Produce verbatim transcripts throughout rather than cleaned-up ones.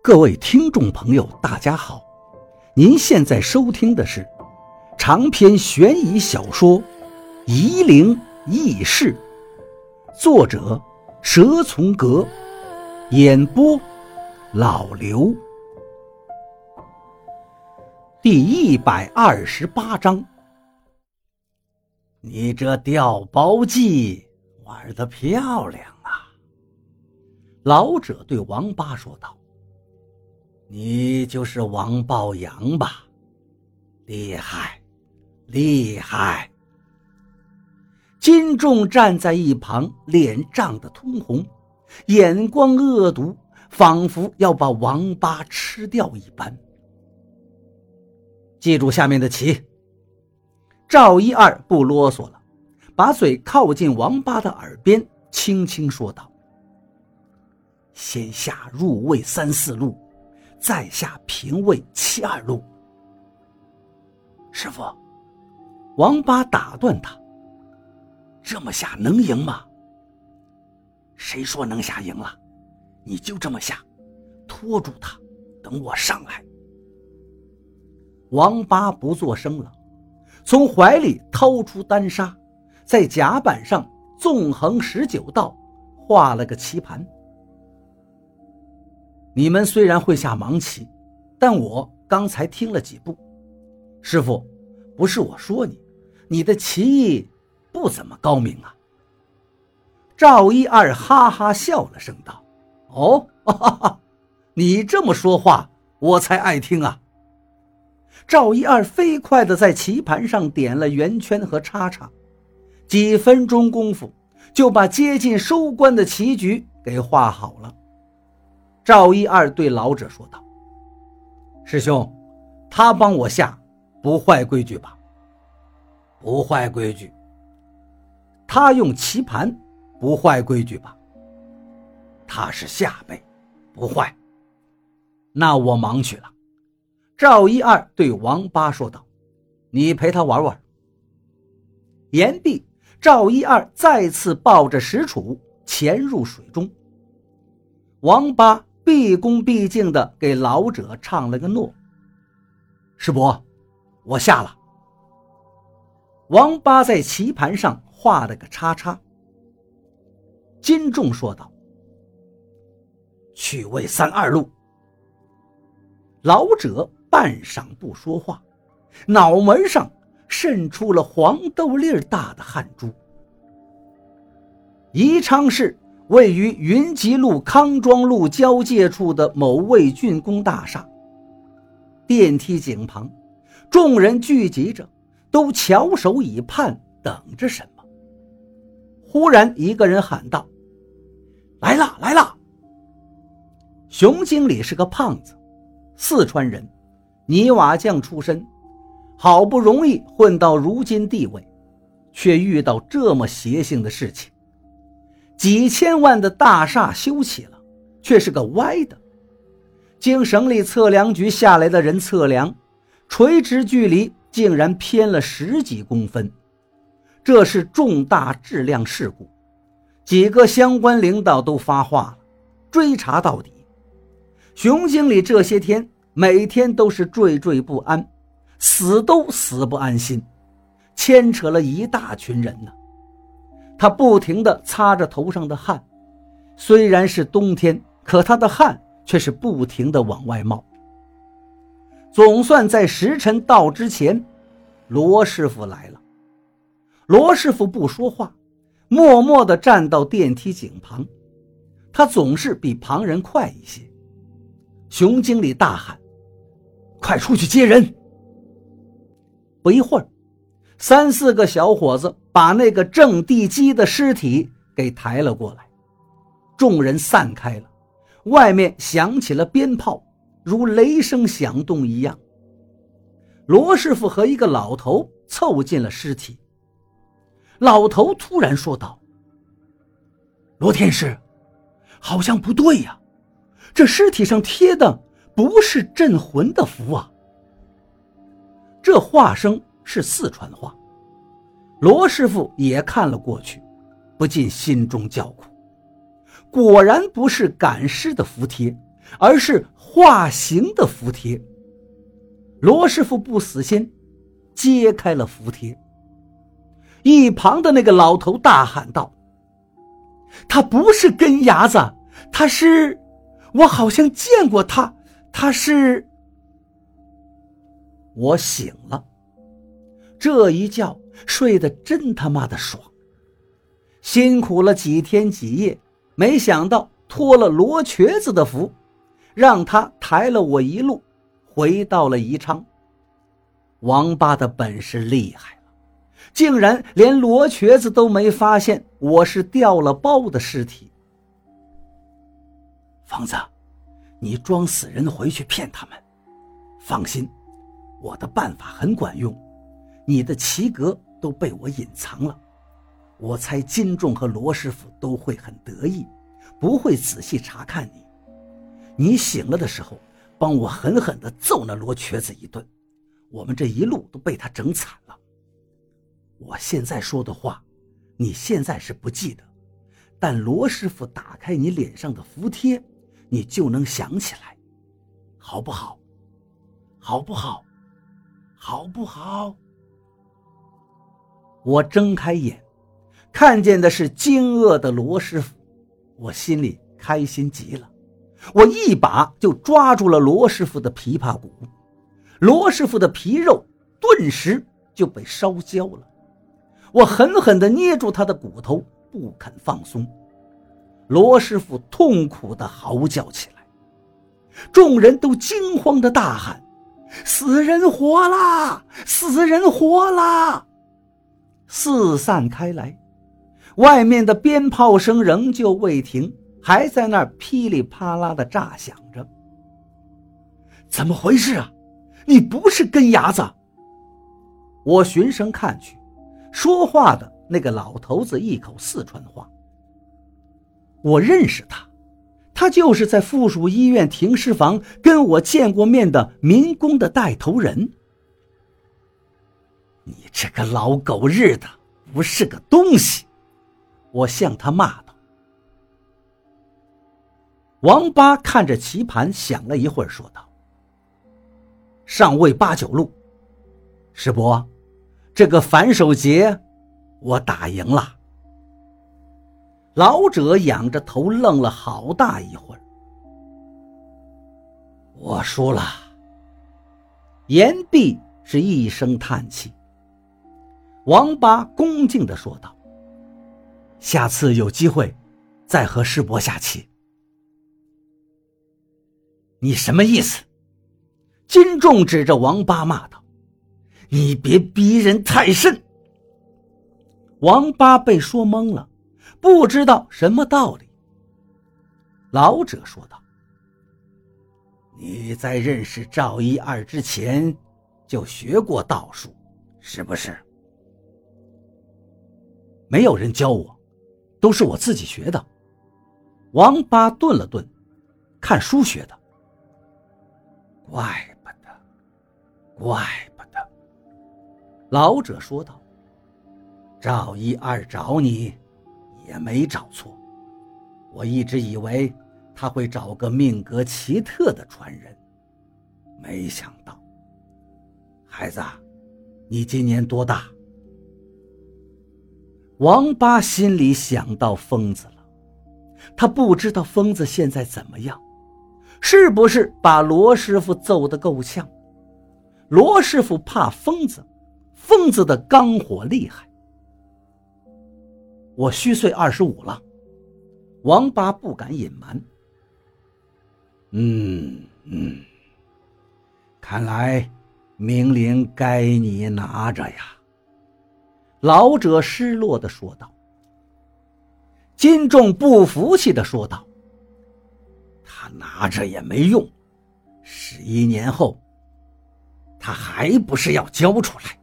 各位听众朋友大家好，您现在收听的是长篇悬疑小说《夷陵轶事》，作者蛇从阁，演播老刘。第一百二十八章。你这调包计玩得漂亮啊！老者对王八说道。你就是王抱阳吧？厉害，厉害！金仲站在一旁，脸涨得通红，眼光恶毒，仿佛要把王八吃掉一般。记住下面的棋。赵一二不啰嗦了，把嘴靠近王八的耳边，轻轻说道：先下入位三四路，在下平位七二路。师父，王八打断他，这么下能赢吗？谁说能下赢了？你就这么下，拖住他，等我上来。王八不作声了，从怀里掏出单砂，在甲板上纵横十九道画了个棋盘。你们虽然会下盲棋，但我刚才听了几步。师父，不是我说你，你的棋艺不怎么高明啊。赵一二哈哈笑了声道：哦，哈哈，你这么说话我才爱听啊。赵一二飞快地在棋盘上点了圆圈和叉叉，几分钟功夫就把接近收官的棋局给画好了。赵一二对老者说道：师兄，他帮我下，不坏规矩吧？不坏规矩。他用棋盘，不坏规矩吧？他是下辈，不坏。那我忙去了。赵一二对王八说道：你陪他玩玩。言毕，赵一二再次抱着石杵潜入水中。王八毕恭毕敬地给老者唱了个诺。师伯，我下了。王八在棋盘上画了个叉叉。金仲说道：去位三二路。老者半晌不说话，脑门上渗出了黄豆粒大的汗珠。宜昌市位于云集路康庄路交界处的某卫竣工大厦，电梯井旁，众人聚集着，都翘首以盼，等着什么。忽然一个人喊道：来了来了！熊经理是个胖子，四川人，泥瓦匠出身，好不容易混到如今地位，却遇到这么邪性的事情。几千万的大厦修起了，却是个歪的。经省里测量局下来的人测量，垂直距离竟然偏了十几公分，这是重大质量事故。几个相关领导都发话了，追查到底。熊经理这些天每天都是惴惴不安，死都死不安心，牵扯了一大群人呢。他不停地擦着头上的汗，虽然是冬天，可他的汗却是不停地往外冒。总算在时辰到之前，罗师傅来了。罗师傅不说话，默默地站到电梯井旁，他总是比旁人快一些。熊经理大喊：快出去接人！不一会儿，三四个小伙子把那个正地基的尸体给抬了过来。众人散开了，外面响起了鞭炮，如雷声响动一样。罗师傅和一个老头凑近了尸体。老头突然说道：罗天师，好像不对呀，这尸体上贴的不是镇魂的符啊。这话声是四川话，罗师傅也看了过去，不禁心中叫苦。果然不是赶尸的符贴， 而是化形的符贴。罗师傅不死心，揭开了符贴。一旁的那个老头大喊道：他不是根牙子，他是……我好像见过他，他是……我醒了，这一觉睡得真他妈的爽。辛苦了几天几夜，没想到托了罗瘸子的福，让他抬了我一路回到了宜昌。王八的本事厉害了，竟然连罗瘸子都没发现我是掉了包的尸体。疯子，你装死人回去骗他们。放心，我的办法很管用，你的棋格都被我隐藏了。我猜金仲和罗师傅都会很得意，不会仔细查看你。你醒了的时候，帮我狠狠地揍那罗瘸子一顿，我们这一路都被他整惨了。我现在说的话，你现在是不记得，但罗师傅打开你脸上的符贴，你就能想起来，好不好？好不好？好不好？我睁开眼，看见的是惊愕的罗师傅，我心里开心极了。我一把就抓住了罗师傅的琵琶骨，罗师傅的皮肉顿时就被烧焦了。我狠狠地捏住他的骨头，不肯放松。罗师傅痛苦地嚎叫起来，众人都惊慌地大喊：死人活啦！死人活啦！四散开来，外面的鞭炮声仍旧未停，还在那儿噼里啪啦地炸响着。怎么回事啊？你不是根牙子！我循声看去，说话的那个老头子一口四川话。我认识他，他就是在附属医院停尸房跟我见过面的民工的带头人。你这个老狗日的，不是个东西！我向他骂道。王八看着棋盘想了一会儿，说道：上尉八九路，师伯，这个反手劫我打赢了。老者仰着头愣了好大一会儿。我输了。言毕是一声叹气。王八恭敬地说道：下次有机会再和师伯下棋。你什么意思？金仲指着王八骂道：你别逼人太甚！王八被说懵了，不知道什么道理。老者说道：你在认识赵一二之前就学过道术，是不是？没有人教我，都是我自己学的。王八顿了顿，看书学的。怪不得，怪不得。老者说道：赵一二找你也没找错，我一直以为他会找个命格奇特的传人，没想到。孩子，你今年多大？王八心里想到疯子了，他不知道疯子现在怎么样，是不是把罗师傅揍得够呛？罗师傅怕疯子，疯子的刚火厉害。我虚岁二十五了，王八不敢隐瞒。嗯嗯，看来命令该你拿着呀。老者失落地说道。金仲不服气地说道：他拿着也没用，十一年后他还不是要交出来。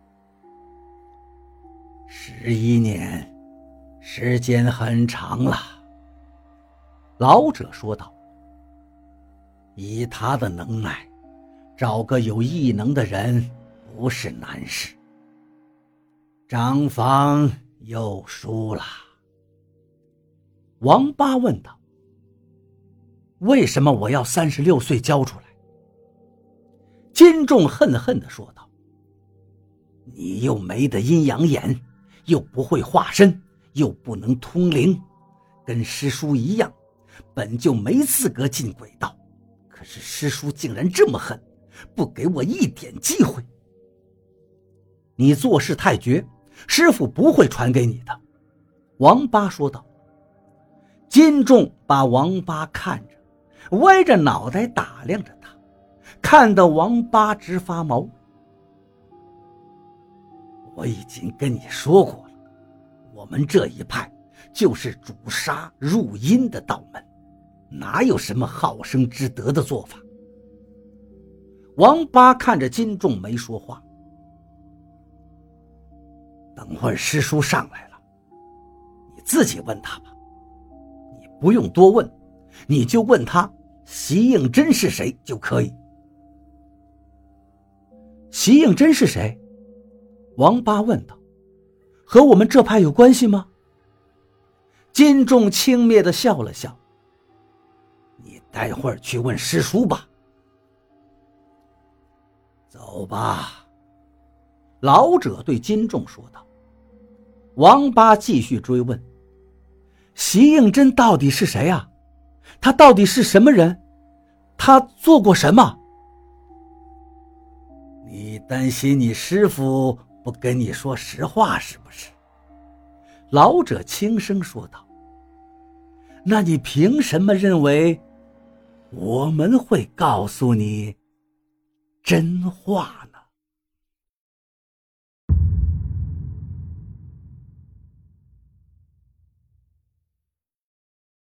十一年时间很长了，老者说道。以他的能耐，找个有异能的人不是难事。张房又输了。王八问道： 为什么我要三十六岁交出来？金仲恨恨地说道：你又没得阴阳眼，又不会化身，又不能通灵，跟师叔一样，本就没资格进鬼道，可是师叔竟然这么狠，不给我一点机会。你做事太绝，师父不会传给你的。王八说道。金仲把王八看着，歪着脑袋打量着他，看得王八直发毛。我已经跟你说过了，我们这一派就是主杀入阴的道门，哪有什么好生之德的做法？王八看着金仲没说话。等会儿师叔上来了，你自己问他吧，你不用多问，你就问他席应真是谁就可以。席应真是谁？王八问道。和我们这派有关系吗？金仲轻蔑地笑了笑。你待会儿去问师叔吧。走吧。老者对金仲说道。王八继续追问，席应真到底是谁啊？他到底是什么人？他做过什么？你担心你师父不跟你说实话是不是？老者轻声说道。那你凭什么认为我们会告诉你真话呢？